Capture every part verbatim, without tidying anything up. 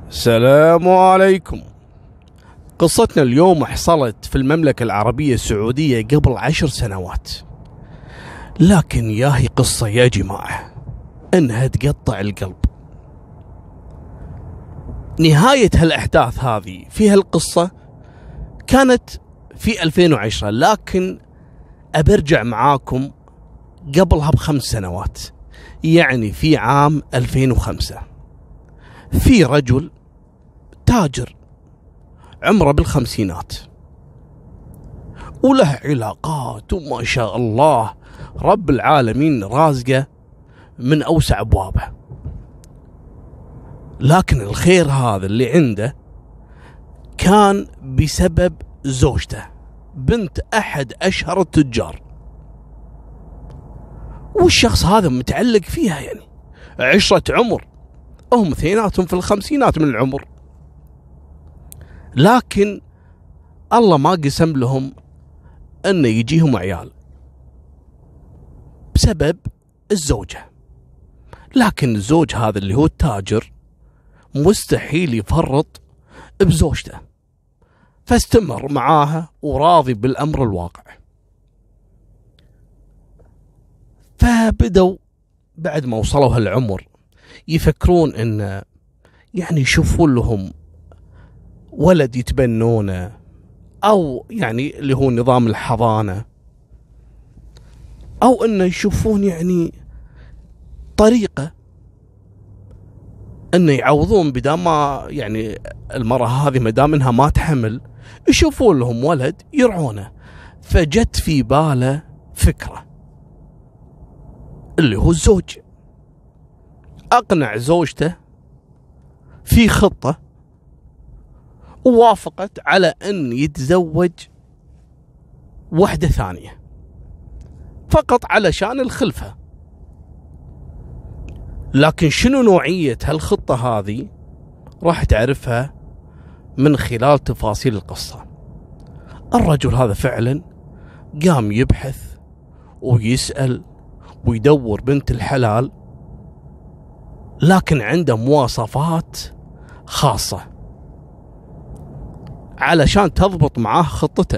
السلام عليكم. قصتنا اليوم حصلت في المملكة العربية السعودية قبل عشر سنوات، لكن ياهي قصة يا جماعة انها تقطع القلب. نهاية هالأحداث هذه في هالقصة كانت في ألفين وعشرة، لكن أبرجع معاكم قبلها بخمس سنوات، يعني في عام ألفين وخمسة. في رجل تاجر عمره بالخمسينات وله علاقات وما شاء الله رب العالمين رازقه من أوسع أبوابه، لكن الخير هذا اللي عنده كان بسبب زوجته بنت أحد أشهر التجار، والشخص هذا متعلق فيها، يعني عشرة عمر، هم اثنيناتهم في الخمسينات من العمر، لكن الله ما قسم لهم أن يجيهم عيال بسبب الزوجة. لكن الزوج هذا اللي هو التاجر مستحيل يفرط بزوجته، فاستمر معاها وراضي بالأمر الواقع. فبدوا بعد ما وصلوا هالعمر يفكرون ان يعني يشوفون لهم ولد يتبنونه، او يعني اللي هو نظام الحضانة، او انه يشوفون يعني طريقة انه يعوضون بدال ما يعني المرأة هذه ما دام انها ما تحمل يشوفون لهم ولد يرعونه. فجت في باله فكرة اللي هو الزوج، أقنع زوجته في خطة ووافقت على أن يتزوج واحدة ثانية فقط علشان الخلفة. لكن شنو نوعية هالخطة هذه راح تعرفها من خلال تفاصيل القصة. الرجل هذا فعلا قام يبحث ويسأل ويدور بنت الحلال، لكن عنده مواصفات خاصة علشان تضبط معاه خطته.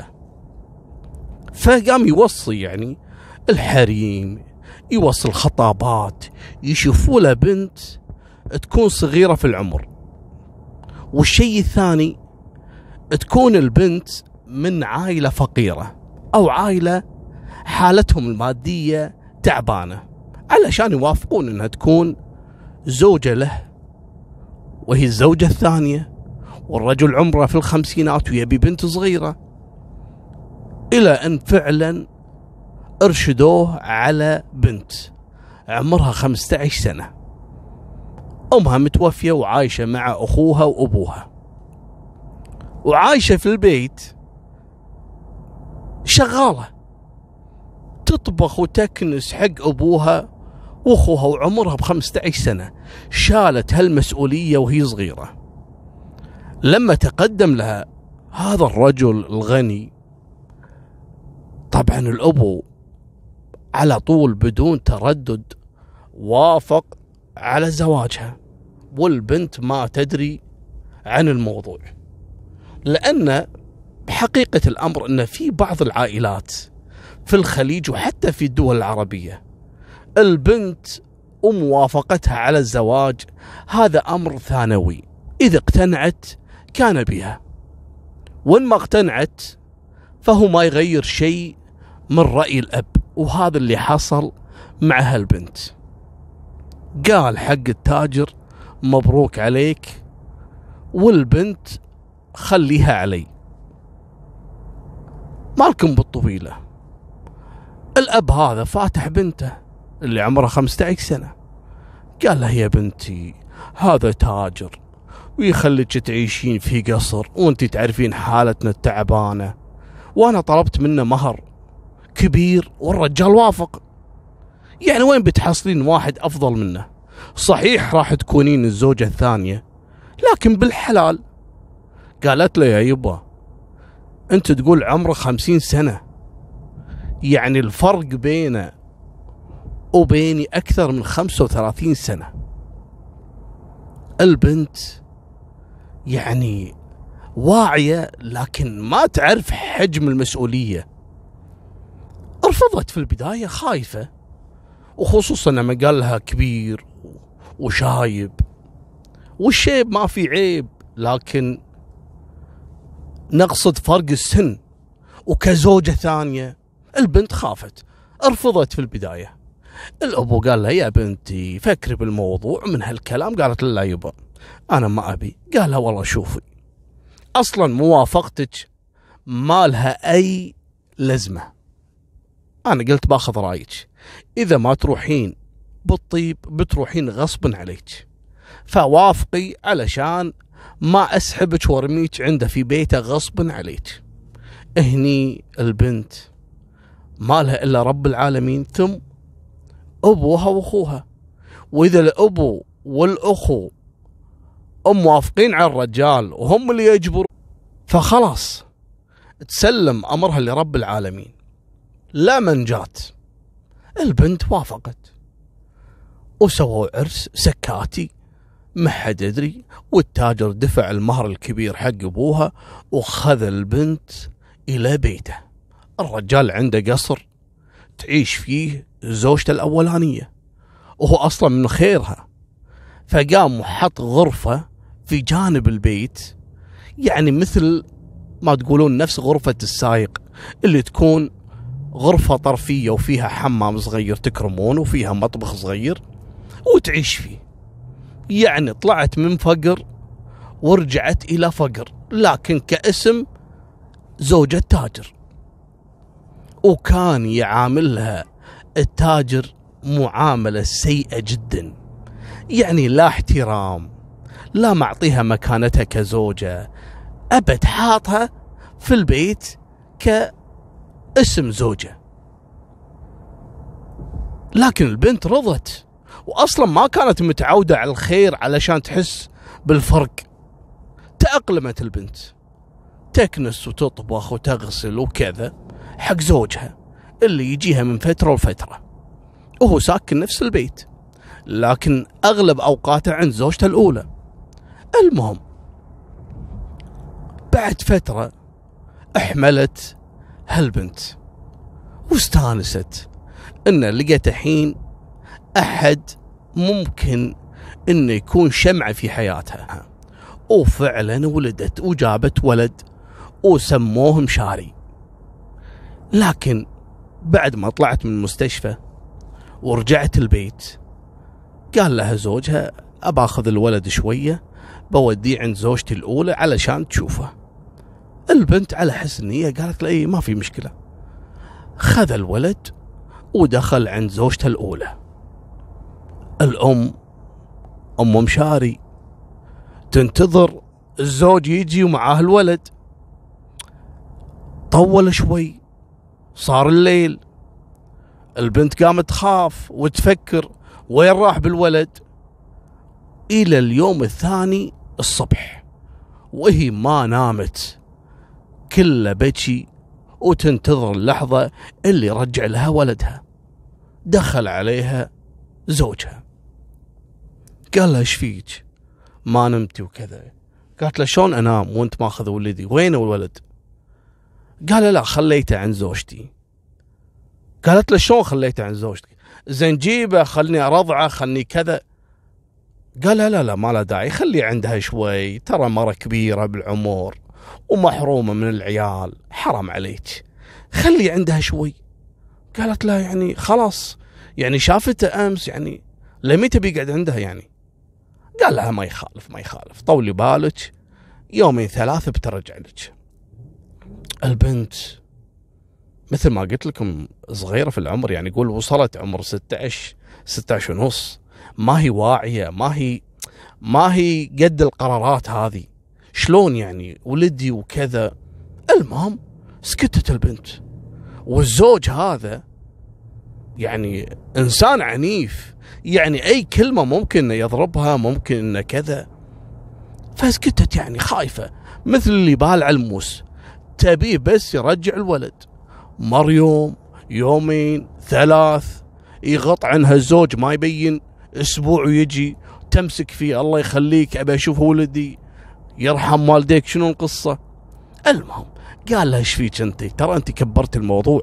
فقام يوصي يعني الحريم، يوصل خطابات، يشوفوا له بنت تكون صغيرة في العمر، والشيء الثاني تكون البنت من عائلة فقيرة أو عائلة حالتهم المادية تعبانة، علشان يوافقون انها تكون زوجة له وهي الزوجة الثانية، والرجل عمره في الخمسينات ويبي بنت صغيرة. إلى أن فعلا ارشدوه على بنت عمرها خمسة عشر سنة، أمها متوفية وعايشة مع أخوها وأبوها، وعايشة في البيت شغالة تطبخ وتكنس حق أبوها وأخوها، وعمرها بخمسة عشر سنة. شالت هالمسؤولية وهي صغيرة. لما تقدم لها هذا الرجل الغني، طبعا الأبو على طول بدون تردد وافق على زواجها، والبنت ما تدري عن الموضوع، لأن بحقيقة الأمر أن في بعض العائلات في الخليج وحتى في الدول العربية البنت وموافقتها على الزواج هذا أمر ثانوي، إذا اقتنعت كان بها، وإن ما اقتنعت فهو ما يغير شيء من رأي الأب. وهذا اللي حصل مع هالبنت. قال حق التاجر مبروك عليك، والبنت خليها علي. مالكم بالطويلة، الأب هذا فاتح بنته اللي عمرها خمسة عشر سنة، قال لها يا بنتي هذا تاجر ويخليك تعيشين في قصر، وانت تعرفين حالتنا التعبانة، وانا طلبت منه مهر كبير والرجال وافق، يعني وين بتحصلين واحد افضل منه؟ صحيح راح تكونين الزوجة الثانية لكن بالحلال. قالت له يا يبا انت تقول عمره خمسين سنة، يعني الفرق بينه وبيني أكثر من خمسة وثلاثين سنة. البنت يعني واعية لكن ما تعرف حجم المسؤولية. رفضت في البداية خايفة، وخصوصا لما قال لها كبير وشايب، والشيب ما في عيب، لكن نقصد فرق السن وكزوجة ثانية. البنت خافت، رفضت في البداية. الأبو قال لها يا بنتي فكري بالموضوع من هالكلام. قالت له لا يبا أنا ما أبي. قال لها والله شوفي، أصلا موافقتك ما لها أي لزمة. أنا قلت باخذ رأيك، إذا ما تروحين بالطيب بتروحين غصبا عليك، فوافقي علشان ما أسحبك وارميك عنده في بيته غصبا عليك. هني البنت ما لها إلا رب العالمين ثم أبوها وأخوها، وإذا الأبو والأخو هم موافقين على الرجال وهم اللي يجبروا فخلاص تسلم أمرها لرب العالمين، لا منجات. البنت وافقت وسووا عرس سكاتي ما حد يدري، والتاجر دفع المهر الكبير حق أبوها وخذ البنت إلى بيته. الرجال عنده قصر تعيش فيه زوجته الأولانية وهو أصلا من خيرها، فقام وحط غرفة في جانب البيت، يعني مثل ما تقولون نفس غرفة السايق اللي تكون غرفة طرفية وفيها حمام صغير تكرمون وفيها مطبخ صغير وتعيش فيه. يعني طلعت من فقر ورجعت إلى فقر، لكن كاسم زوجة تاجر. وكان يعاملها التاجر معاملة سيئة جدا، يعني لا احترام، لا معطيها مكانتها كزوجة، أبد حاطها في البيت كاسم زوجة. لكن البنت رضت، وأصلا ما كانت متعودة على الخير علشان تحس بالفرق. تأقلمت البنت، تكنس وتطبخ وتغسل وكذا حق زوجها اللي يجيها من فترة وفترة، وهو ساكن نفس البيت، لكن أغلب أوقاته عند زوجته الأولى. المهم بعد فترة احملت هالبنت واستانست إن لقيت الحين أحد ممكن إنه يكون شمعة في حياتها، وفعلا ولدت وجابت ولد وسموه مشاري. لكن بعد ما طلعت من المستشفى ورجعت البيت قال لها زوجها أبى أخذ الولد شوية بوديه عند زوجتي الأولى علشان تشوفه. البنت على حسن نية قالت له إيه ما في مشكلة. خذ الولد ودخل عند زوجته الأولى. الأم أم مشاري تنتظر الزوج يجي ومعاه الولد. طول شوي، صار الليل، البنت قامت تخاف وتفكر وين راح بالولد. إلى اليوم الثاني الصبح وهي ما نامت، كله بكي وتنتظر اللحظة اللي رجع لها ولدها. دخل عليها زوجها قال لها ايش فيك ما نمتي وكذا؟ قالت له شلون انام وانت ماخذ ولدي؟ وين الولد؟ قال لا خليته عند زوجتي. قالت له شلون خليته عند زوجتك؟ زين جيبه خلني ارضعه خلني كذا. قال لا لا ما له داعي، خلي عندها شوي، ترى مرة كبيرة بالعمر ومحرومة من العيال، حرام عليك خلي عندها شوي. قالت لا يعني خلاص يعني شافته امس، يعني لمتى بيقعد عندها يعني؟ قال لها ما يخالف ما يخالف، طولي بالك يومين ثلاثة بترجع لك. البنت مثل ما قلت لكم صغيرة في العمر، يعني يقول وصلت عمر ستة عشر ستة عشر ونص، ما هي واعية، ما هي ما هي قد القرارات هذه. شلون يعني ولدي وكذا؟ المهم سكتت البنت. والزوج هذا يعني إنسان عنيف، يعني أي كلمة ممكن إنه يضربها، ممكن إنه كذا. فسكتت يعني خايفة مثل اللي بالع الموس، تبيه بس يرجع الولد. مر يوم يومين ثلاث، يغط عنها الزوج ما يبين، أسبوع ويجي تمسك فيه الله يخليك أبي أشوف ولدي، يرحم والديك شنو القصة. المهم قال لها ايش فيك انت، ترى انت كبرت الموضوع،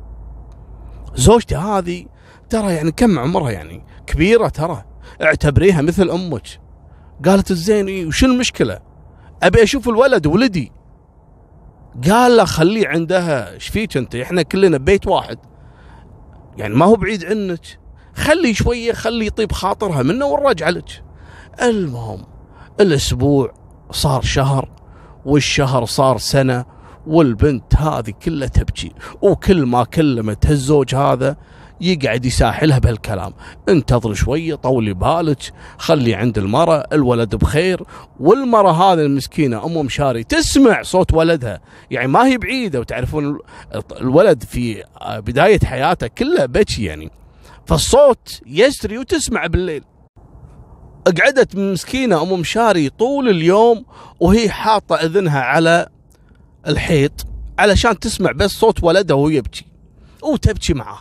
زوجتي هذه ترى يعني كم عمرها يعني كبيرة، ترى اعتبريها مثل امك. قالت الزين وش المشكلة، ابي اشوف الولد ولدي. قال له خليه عندها، ايش فيك انت، احنا كلنا ببيت واحد يعني ما هو بعيد عنك، خلي شوية خلي يطيب خاطرها منه ونرجع لك. المهم الاسبوع صار شهر، والشهر صار سنة، والبنت هذه كلها تبكي، وكل ما كلمت الزوج هذا يقعد يساحلها بهالكلام، انتظر شوية طولي بالك، خلي عند المرة، الولد بخير. والمرة هذه المسكينة أم مشاري تسمع صوت ولدها، يعني ما هي بعيدة، وتعرفون الولد في بداية حياته كله بكي يعني، فالصوت يسري وتسمع بالليل. قعدت مسكينة أم مشاري طول اليوم وهي حاطة إذنها على الحيط علشان تسمع بس صوت ولدها وهو يبكي وتبكي معه.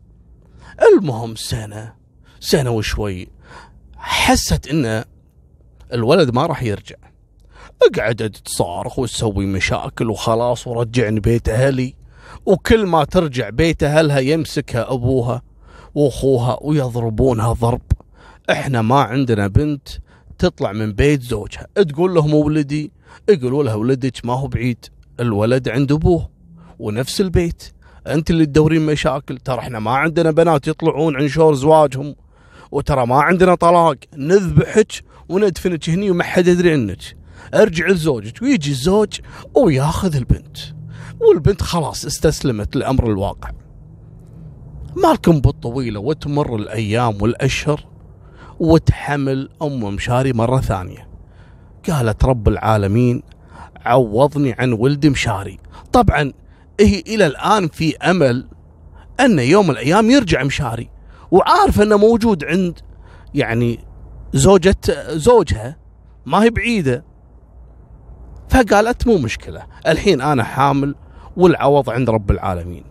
المهم سنة سنة وشوي حست إن الولد ما راح يرجع، قعدت تصارخ وتسوي مشاكل وخلاص ورجعني بيت أهلي، وكل ما ترجع بيت أهلها يمسكها أبوها وأخوها ويضربونها ضرب. إحنا ما عندنا بنت تطلع من بيت زوجها تقول لهم ولدي، يقولوا لها ولدك ما هو بعيد، الولد عند أبوه ونفس البيت، أنت اللي تدورين مشاكل. ترى إحنا ما عندنا بنات يطلعون عن شور زواجهم، وترى ما عندنا طلاق، نذبحك وندفنك هني وما حد يدري عنك، ارجع لزوجك. ويجي الزوج وياخذ البنت، والبنت خلاص استسلمت لأمر الواقع. مالكم بالطويلة وتمر الأيام والأشهر، وتحمل أم مشاري مرة ثانية. قالت رب العالمين عوضني عن ولد مشاري. طبعا هي إلى الآن في أمل أن يوم من الأيام يرجع مشاري، وعارف أنه موجود عند يعني زوجة زوجها ما هي بعيدة. فقالت مو مشكلة، الحين أنا حامل والعوض عند رب العالمين.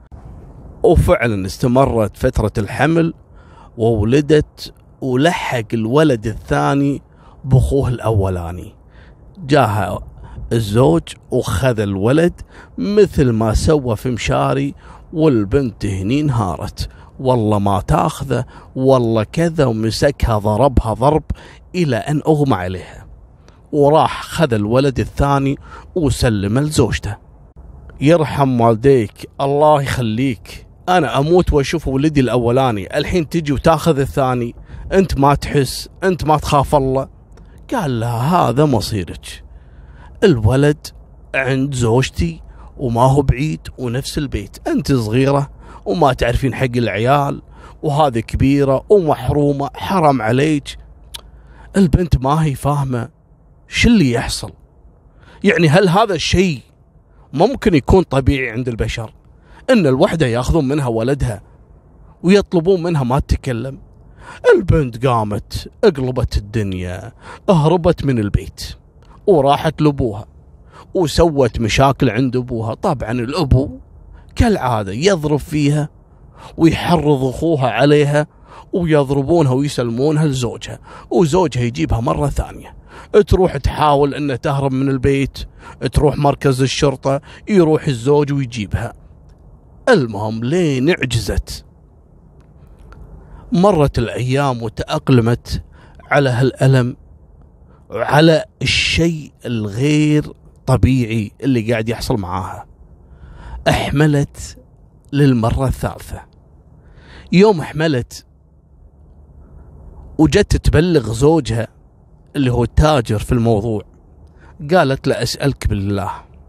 وفعلا استمرت فترة الحمل وولدت، ولحق الولد الثاني بأخوه الأولاني. جاها الزوج وخذ الولد مثل ما سوى في مشاري، والبنت هني انهارت، والله ما تاخذه والله كذا، ومسكها ضربها ضرب إلى أن أغمى عليها، وراح خذ الولد الثاني وسلمه لزوجته. يرحم والديك الله يخليك، أنا أموت وأشوف ولدي الأولاني، الحين تجي وتاخذ الثاني، أنت ما تحس، أنت ما تخاف الله. قال لها هذا مصيرك، الولد عند زوجتي وما هو بعيد ونفس البيت، أنت صغيرة وما تعرفين حق العيال، وهذه كبيرة ومحرومة، حرام عليك. البنت ما هي فاهمة شو اللي يحصل، يعني هل هذا الشيء ممكن يكون طبيعي عند البشر، ان الوحدة ياخذون منها ولدها ويطلبون منها ما تتكلم؟ البنت قامت اقلبت الدنيا، اهربت من البيت وراحت لابوها وسوت مشاكل عند ابوها. طبعا الابو كالعادة يضرب فيها ويحرض اخوها عليها، ويضربونها ويسلمونها لزوجها، وزوجها يجيبها مرة ثانية، تروح تحاول ان تهرب من البيت، تروح مركز الشرطة، يروح الزوج ويجيبها. المهم لين عجزت. مرت الايام وتأقلمت على هالألم وعلى الشيء الغير طبيعي اللي قاعد يحصل معاها. احملت للمرة الثالثة. يوم احملت وجت تبلغ زوجها اللي هو التاجر في الموضوع، قالت له أسألك بالله،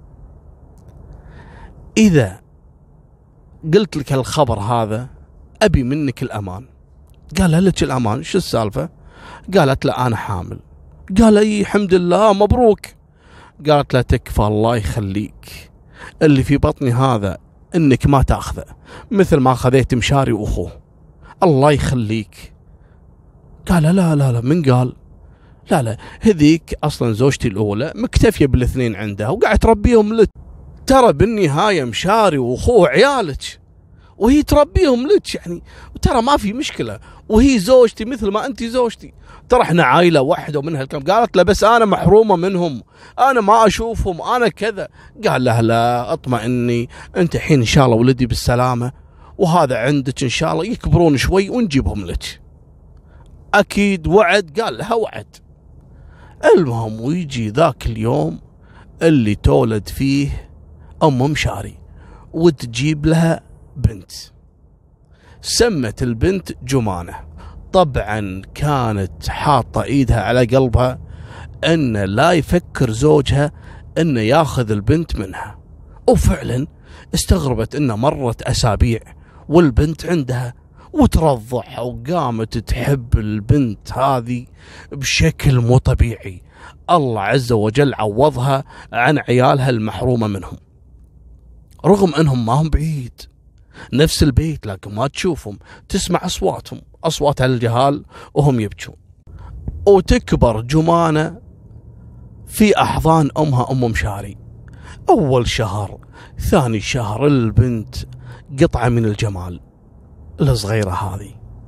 إذا قلت لك الخبر هذا أبي منك الأمان. قال لها لك الأمان، شو السالفة؟ قالت له أنا حامل. قال أي الحمد لله مبروك. قالت له تكفى الله يخليك، اللي في بطني هذا إنك ما تأخذه مثل ما خذيت مشاري وأخوه، الله يخليك. قال لا لا لا من قال؟ لا لا هذيك أصلا زوجتي الأولى مكتفية بالاثنين عندها وقاعد تربيهم لك، ترى بالنهاية مشاري وأخوه عيالك، وهي تربيهم لك يعني، ترى ما في مشكلة، وهي زوجتي مثل ما أنت زوجتي، ترى احنا عائلة واحدة ومن هالكلام. قالت له بس أنا محرومة منهم، أنا ما أشوفهم، أنا كذا. قال لها لا اطمئني، أنت الحين إن شاء الله ولدي بالسلامة، وهذا عندك إن شاء الله يكبرون شوي ونجيبهم لك. أكيد وعد. قال لها وعد. المهم ويجي ذاك اليوم اللي تولد فيه أم مشاري وتجيب لها بنت، سمت البنت جمانة. طبعا كانت حاطة ايدها على قلبها ان لا يفكر زوجها انه ياخذ البنت منها. وفعلا استغربت ان مرت اسابيع والبنت عندها وترضع، وقامت تحب البنت هذه بشكل مو طبيعي. الله عز وجل عوضها عن عيالها المحرومة منهم، رغم انهم ما هم بعيد نفس البيت، لكن ما تشوفهم، تسمع اصواتهم، اصوات الجهال وهم يبكون. وتكبر جمانة في احضان امها ام مشاري. اول شهر، ثاني شهر، البنت قطعة من الجمال الصغيرة هذه،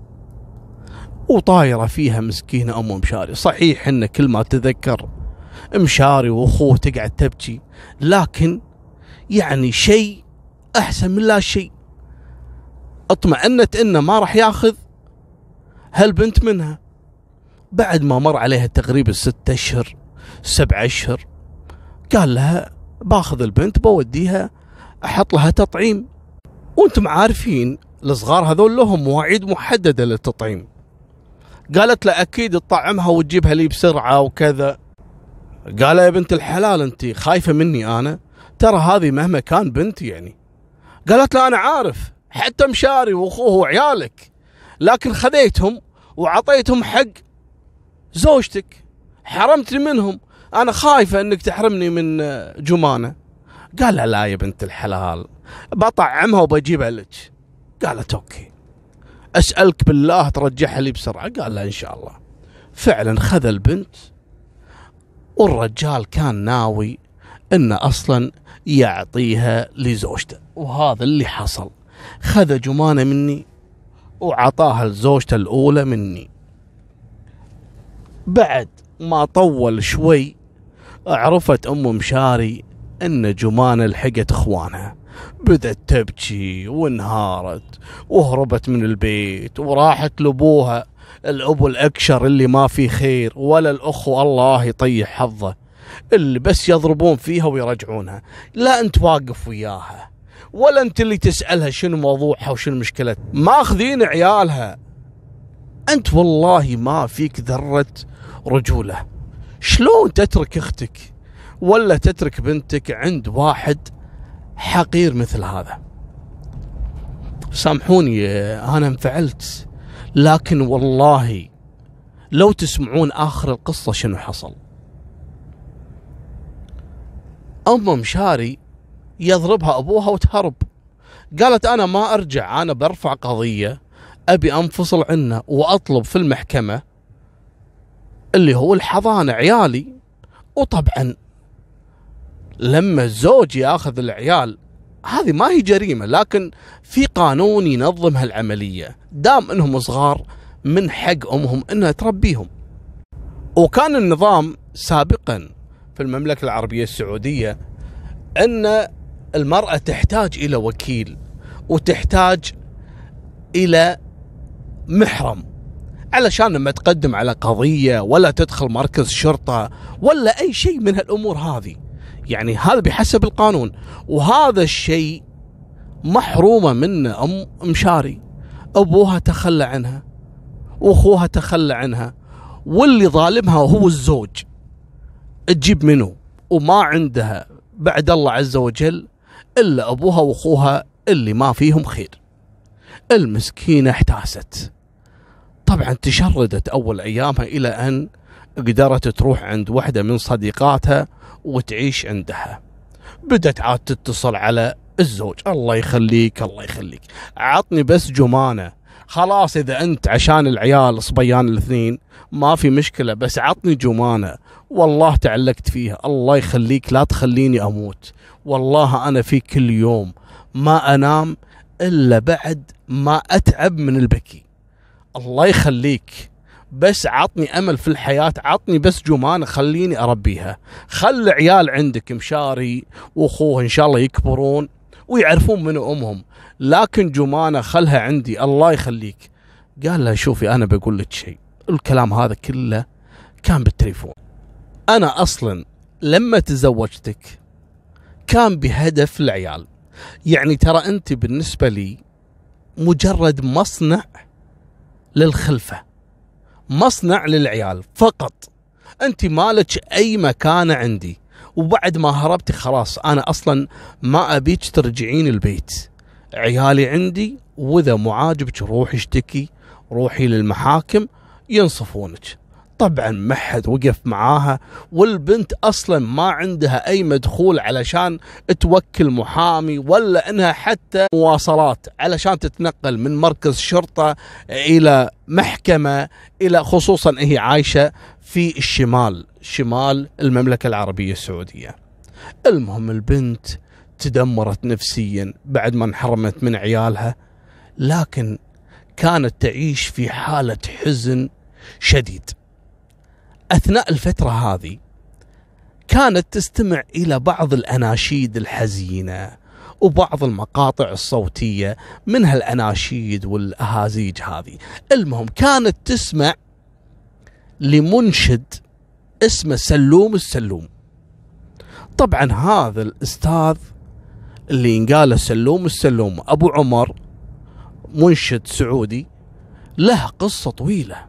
وطايرة فيها مسكينة ام مشاري. صحيح ان كل ما تذكر مشاري واخوه تقعد تبكي، لكن يعني شيء احسن من لا شيء. اطمأنت انه ما راح ياخذ هالبنت منها. بعد ما مر عليها تقريبا ست اشهر سبع اشهر، قال لها باخذ البنت بوديها احط لها تطعيم، وانتم عارفين الصغار هذول لهم مواعيد محددة للتطعيم. قالت له اكيد تطعمها وتجيبها لي بسرعة وكذا. قال يا بنت الحلال انت خايفة مني انا؟ ترى هذه مهما كان بنتي يعني. قالت له انا عارف، حتى مشاري واخوه وعيالك، لكن خذيتهم وعطيتهم حق زوجتك، حرمتني منهم، انا خايفة انك تحرمني من جمانة. قال لا لا يا بنت الحلال، بطعمها وبجيبها لك. قالت اوكي، اسألك بالله ترجعها لي بسرعة. قال لا ان شاء الله. فعلا خذ البنت، والرجال كان ناوي انه اصلا يعطيها لزوجته، وهذا اللي حصل. خذ جمانة مني وعطاها لزوجته الاولى مني. بعد ما طول شوي عرفت ام مشاري ان جمانة لحقت اخوانها، بدأت تبكي وانهارت وهربت من البيت وراحت لابوها، الابو الاكشر اللي ما فيه خير، ولا الاخو الله يطيح حظه اللي بس يضربون فيها ويرجعونها. لا انت واقف وياها، ولا انت اللي تسألها شنو موضوعها وشنو مشكلتها، ماخذين عيالها. انت والله ما فيك ذرة رجولة. شلون تترك اختك ولا تترك بنتك عند واحد حقير مثل هذا؟ سامحوني انا انفعلت، لكن والله لو تسمعون اخر القصة شنو حصل. ام مشاري يضربها ابوها وتهرب. قالت انا ما ارجع، انا برفع قضية، ابي انفصل عنه واطلب في المحكمة اللي هو الحضانة عيالي. وطبعا لما الزوج ياخذ العيال هذه ما هي جريمة، لكن في قانون ينظم هالعملية، دام انهم صغار من حق امهم انها تربيهم. وكان النظام سابقا في المملكة العربية السعودية ان المرأة تحتاج الى وكيل وتحتاج الى محرم علشان لما تقدم على قضية ولا تدخل مركز شرطة ولا اي شيء من هالامور هذه. يعني هذا بحسب القانون، وهذا الشيء محرومة منه ام مشاري. ابوها تخلى عنها واخوها تخلى عنها، واللي ظالمها هو الزوج. تجيب منه؟ وما عندها بعد الله عز وجل الا ابوها واخوها اللي ما فيهم خير. المسكينة احتاست. طبعا تشردت اول ايامها الى ان قدرت تروح عند واحدة من صديقاتها وتعيش عندها. بدت عاد تتصل على الزوج، الله يخليك الله يخليك عطني بس جمانة، خلاص اذا انت عشان العيال صبيان الاثنين ما في مشكلة، بس عطني جمانة، والله تعلقت فيها، الله يخليك لا تخليني اموت، والله انا في كل يوم ما انام إلا بعد ما أتعب من البكي. الله يخليك، بس عطني أمل في الحياة، عطني بس جمانة خليني أربيها. خل عيال عندك مشاري وأخوه إن شاء الله يكبرون ويعرفون من أمهم، لكن جمانة خلها عندي الله يخليك. قال لها شوفي أنا بقول لك شيء، الكلام هذا كله كان بالتليفون. أنا أصلا لما تزوجتك كان بهدف العيال، يعني ترى أنت بالنسبة لي مجرد مصنع للخلفة، مصنع للعيال فقط، أنت مالك أي مكانة عندي. وبعد ما هربتي خلاص أنا أصلا ما أبيك ترجعين البيت، عيالي عندي، وإذا مو عاجبك روحي اشتكي، روحي للمحاكم ينصفونك. طبعا ما حد وقف معاها، والبنت اصلا ما عندها اي مدخول علشان توكل محامي ولا انها حتى مواصلات علشان تتنقل من مركز شرطة الى محكمة، الى خصوصا هي عايشة في الشمال، شمال المملكة العربية السعودية. المهم البنت تدمرت نفسيا بعد ما انحرمت من عيالها، لكن كانت تعيش في حالة حزن شديد. أثناء الفترة هذه كانت تستمع إلى بعض الأناشيد الحزينة وبعض المقاطع الصوتية من هالأناشيد والأهازيج هذه. المهم كانت تسمع لمنشد اسمه سلوم السلوم. طبعا هذا الأستاذ اللي ينقال سلوم السلوم أبو عمر، منشد سعودي له قصة طويلة،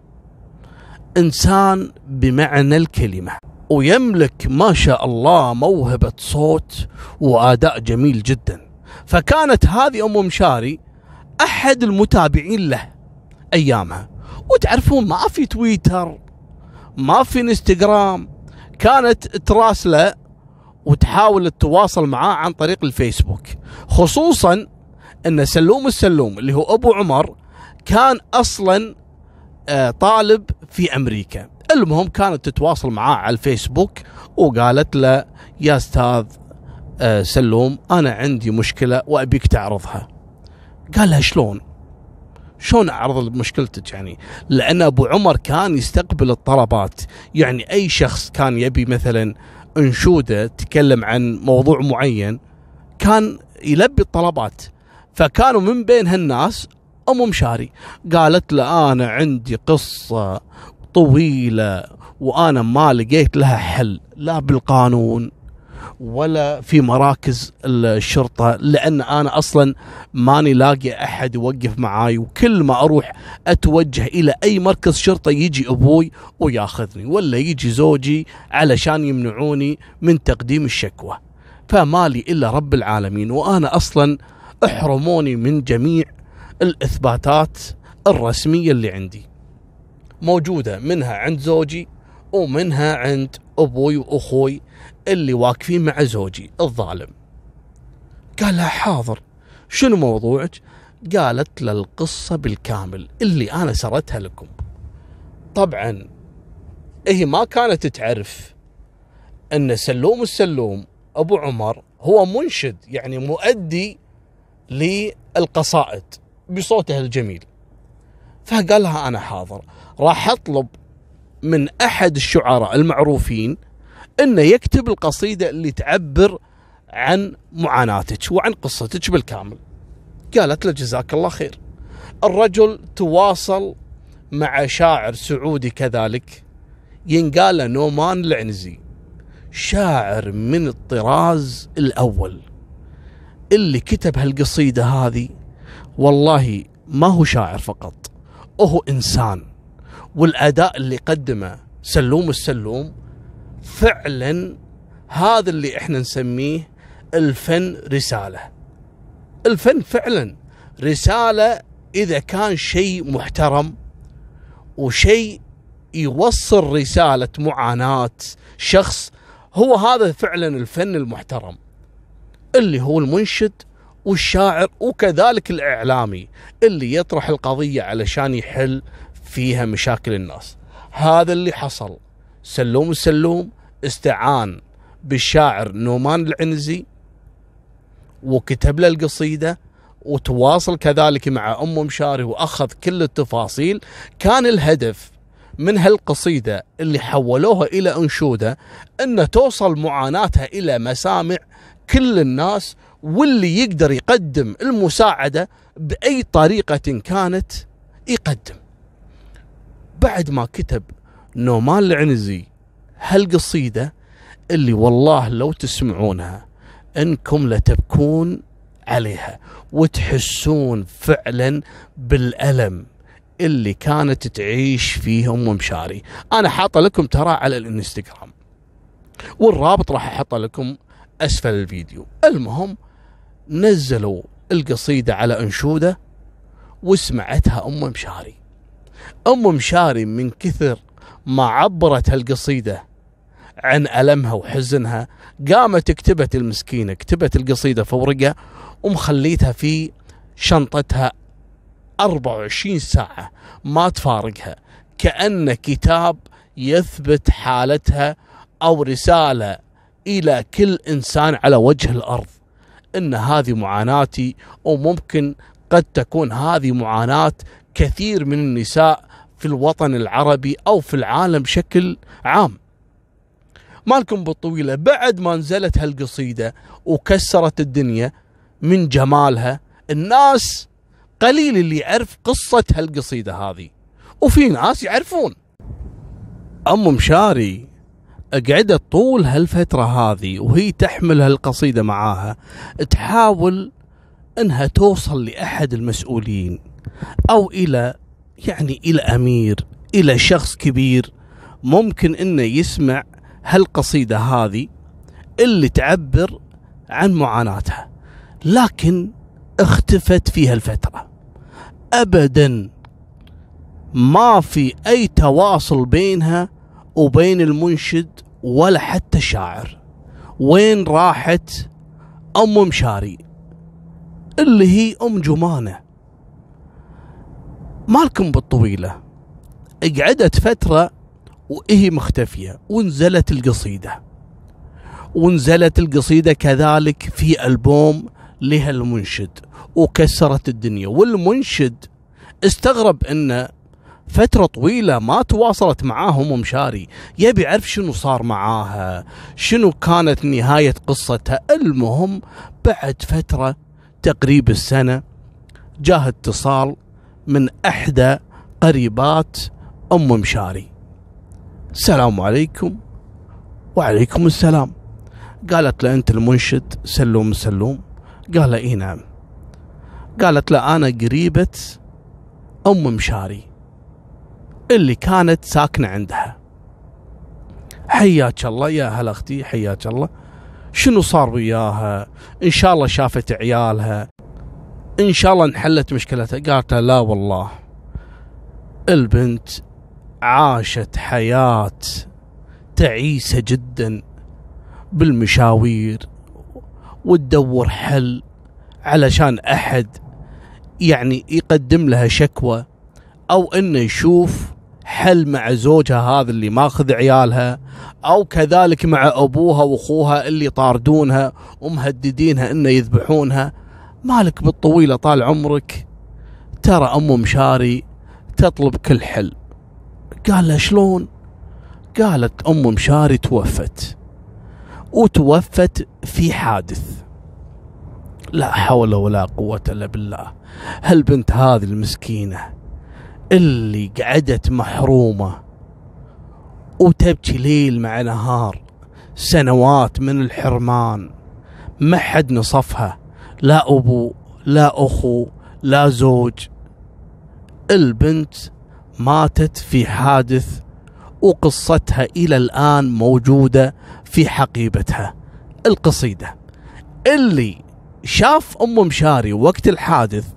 إنسان بمعنى الكلمة، ويملك ما شاء الله موهبة صوت وأداء جميل جدا. فكانت هذه أم مشاري أحد المتابعين له أيامها، وتعرفون ما في تويتر ما في انستغرام، كانت تراسله وتحاول تتواصل معاه عن طريق الفيسبوك، خصوصا أن سلوم السلوم اللي هو أبو عمر كان أصلا طالب في أمريكا. المهم كانت تتواصل معاه على الفيسبوك وقالت له يا أستاذ سلوم أنا عندي مشكلة وأبيك تعرضها. قال لها شلون شلون أعرض مشكلتك؟ يعني لأن أبو عمر كان يستقبل الطلبات، يعني أي شخص كان يبي مثلا أنشودة تتكلم عن موضوع معين كان يلبي الطلبات، فكانوا من بين هالناس أم مشاري. قالت له أنا عندي قصة طويلة وأنا ما لقيت لها حل، لا بالقانون ولا في مراكز الشرطة، لأن أنا أصلا ماني لاقي أحد يوقف معاي، وكل ما أروح أتوجه إلى أي مركز شرطة يجي أبوي وياخذني، ولا يجي زوجي علشان يمنعوني من تقديم الشكوى، فمالي إلا رب العالمين، وأنا أصلا احرموني من جميع الإثباتات الرسمية اللي عندي، موجودة منها عند زوجي ومنها عند أبوي وأخوي اللي واقفين مع زوجي الظالم. قال لها حاضر، شنو موضوعك؟ قالت له القصة بالكامل اللي أنا سردتها لكم. طبعا هي ما كانت تعرف أن سلوم السلوم أبو عمر هو منشد، يعني مؤدي للقصائد بصوته الجميل. فقال لها أنا حاضر، راح أطلب من أحد الشعراء المعروفين إنه يكتب القصيدة اللي تعبر عن معاناتك وعن قصتك بالكامل. قالت له جزاك الله خير. الرجل تواصل مع شاعر سعودي كذلك ينقال له نومان العنزي، شاعر من الطراز الأول اللي كتب هالقصيدة هذه. والله ما هو شاعر فقط، هو إنسان، والأداء اللي قدمه سلوم السلوم فعلا هذا اللي احنا نسميه الفن رسالة. الفن فعلا رسالة إذا كان شيء محترم وشيء يوصل رسالة معاناة شخص، هو هذا فعلا الفن المحترم اللي هو المنشد والشاعر وكذلك الإعلامي اللي يطرح القضية علشان يحل فيها مشاكل الناس. هذا اللي حصل. سلوم السلوم استعان بالشاعر نومان العنزي وكتب له القصيدة وتواصل كذلك مع أم مشاري وأخذ كل التفاصيل. كان الهدف من هالقصيدة اللي حولوها إلى أنشودة أن توصل معاناتها إلى مسامع كل الناس، واللي يقدر يقدم المساعدة بأي طريقة كانت يقدم. بعد ما كتب نومان العنزي هالقصيدة اللي والله لو تسمعونها انكم لتبكون عليها وتحسون فعلا بالألم اللي كانت تعيش فيه أم مشاري. أنا حاطة لكم ترى على الانستغرام، والرابط راح أحطه لكم أسفل الفيديو. المهم نزلوا القصيدة على أنشودة وسمعتها أم مشاري. أم مشاري من كثر ما عبرت هالقصيدة عن ألمها وحزنها قامت كتبت المسكينة كتبت القصيدة في ورقة ومخليتها في شنطتها أربعة وعشرين ساعة ما تفارقها، كأن كتاب يثبت حالتها أو رسالة إلى كل إنسان على وجه الأرض إن هذه معاناتي، وممكن قد تكون هذه معاناة كثير من النساء في الوطن العربي أو في العالم بشكل عام. مالكم بالطويلة بعد ما نزلت هالقصيدة وكسرت الدنيا من جمالها، الناس قليل اللي يعرف قصة هالقصيدة هذه، وفي ناس يعرفون. أم مشاري قعدت طول هالفترة هذه وهي تحمل هالقصيدة معاها تحاول انها توصل لأحد المسؤولين او الى يعني الى امير، الى شخص كبير ممكن انه يسمع هالقصيدة هذه اللي تعبر عن معاناتها، لكن اختفت في هالفترة ابدا. ما في اي تواصل بينها وبين المنشد ولا حتى الشاعر. وين راحت أم مشاري اللي هي أم جمانة؟ مالكم بالطويلة قعدت فترة وهي مختفية، ونزلت القصيدة ونزلت القصيدة كذلك في ألبوم لها المنشد وكسرت الدنيا. والمنشد استغرب أن فترة طويلة ما تواصلت معاهم أم مشاري، يبي يعرف شنو صار معاها، شنو كانت نهاية قصتها. المهم بعد فترة تقريب السنة جاه اتصال من أحدى قريبات أم مشاري. السلام عليكم. وعليكم السلام. قالت له أنت المنشد سلوم سلوم؟ قال له إيه نعم. قالت له أنا قريبة أم مشاري اللي كانت ساكنة عندها. حياك الله يا هلا أختي، حياك الله. شنو صار وياها؟ إن شاء الله شافت عيالها، إن شاء الله انحلت مشكلتها. قالت لا والله البنت عاشت حياة تعيسة جدا بالمشاوير وتدور حل علشان أحد يعني يقدم لها شكوى أو إنه يشوف حل مع زوجها هذا اللي ماخذ عيالها، أو كذلك مع أبوها وأخوها اللي طاردونها ومهددينها إنه يذبحونها. مالك بالطويلة طال عمرك ترى أم مشاري تطلب كل حل. قال له شلون؟ قالت أم مشاري توفت، وتوفت في حادث. لا حول ولا قوة إلا بالله. هالبنت هذه المسكينة اللي قعدت محرومة وتبكي ليل مع نهار، سنوات من الحرمان، ما حد نصفها، لا أبو لا أخو لا زوج. البنت ماتت في حادث وقصتها إلى الآن موجودة في حقيبتها. القصيدة اللي شاف أم مشاري وقت الحادث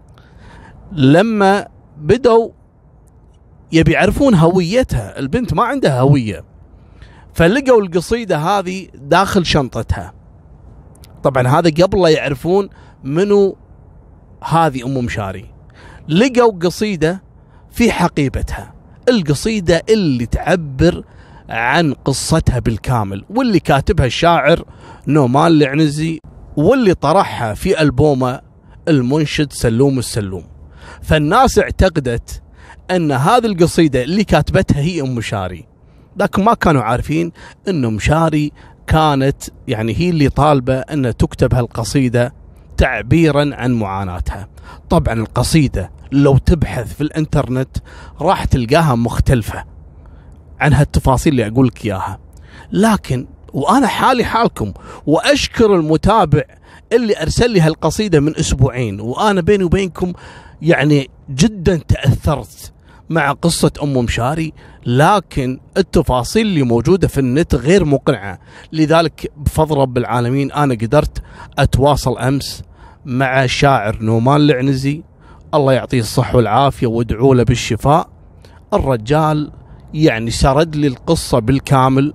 لما بدوا يبي يعرفون هويتها، البنت ما عندها هوية، فلقوا القصيدة هذه داخل شنطتها. طبعا هذا قبل لا يعرفون منو هذه أم مشاري. لقوا قصيدة في حقيبتها، القصيدة اللي تعبر عن قصتها بالكامل، واللي كاتبها الشاعر نومان العنزي، واللي طرحها في ألبومه المنشد سلوم السلوم. فالناس اعتقدت أن هذه القصيدة اللي كاتبتها هي أم مشاري، لكن ما كانوا عارفين أن مشاري كانت يعني هي اللي طالبة أن تكتب هالقصيدة تعبيرا عن معاناتها. طبعا القصيدة لو تبحث في الانترنت راح تلقاها مختلفة عن هالتفاصيل اللي أقول لك إياها، لكن وأنا حالي حالكم، وأشكر المتابع اللي أرسل لي هالقصيدة من أسبوعين، وأنا بيني وبينكم يعني جدا تأثرت مع قصة أم مشاري، لكن التفاصيل اللي موجودة في النت غير مقنعة. لذلك بفضل رب العالمين أنا قدرت أتواصل أمس مع الشاعر نومان العنزي، الله يعطيه الصحة والعافية وادعوا له بالشفاء. الرجال يعني سرد لي القصة بالكامل،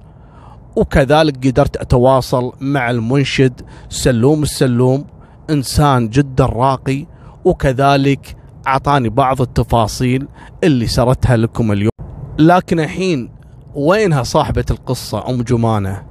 وكذلك قدرت أتواصل مع المنشد سلوم السلوم، إنسان جدا راقي، وكذلك أعطاني بعض التفاصيل اللي سردتها لكم اليوم. لكن الحين وينها صاحبة القصة أم جمانة؟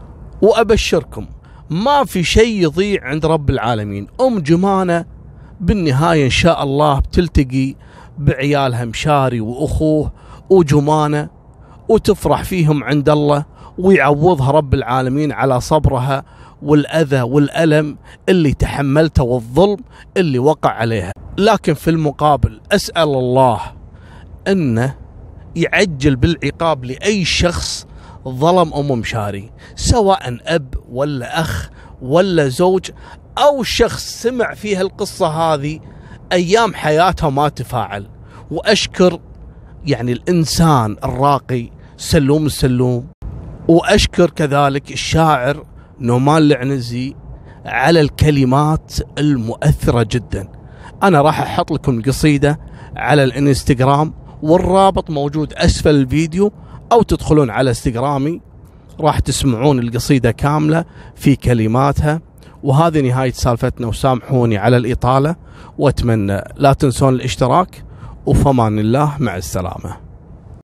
وأبشركم ما في شيء يضيع عند رب العالمين. أم جمانة بالنهاية إن شاء الله بتلتقي بعيالها مشاري وأخوه وجمانة، وتفرح فيهم عند الله، ويعوضها رب العالمين على صبرها والأذى والألم اللي تحملته والظلم اللي وقع عليها. لكن في المقابل أسأل الله أنه يعجل بالعقاب لأي شخص ظلم أم مشاري، سواء أب ولا أخ ولا زوج أو شخص سمع فيها القصة هذه أيام حياتها ما تفاعل. وأشكر يعني الإنسان الراقي سلوم السلوم، وأشكر كذلك الشاعر نومان العنزي على الكلمات المؤثرة جدا. أنا راح أحط لكم القصيدة على الانستغرام، والرابط موجود أسفل الفيديو، أو تدخلون على انستغرامي راح تسمعون القصيدة كاملة في كلماتها. وهذه نهاية سالفتنا، وسامحوني على الإطالة، وأتمنى لا تنسون الاشتراك، وفمان الله، مع السلامة.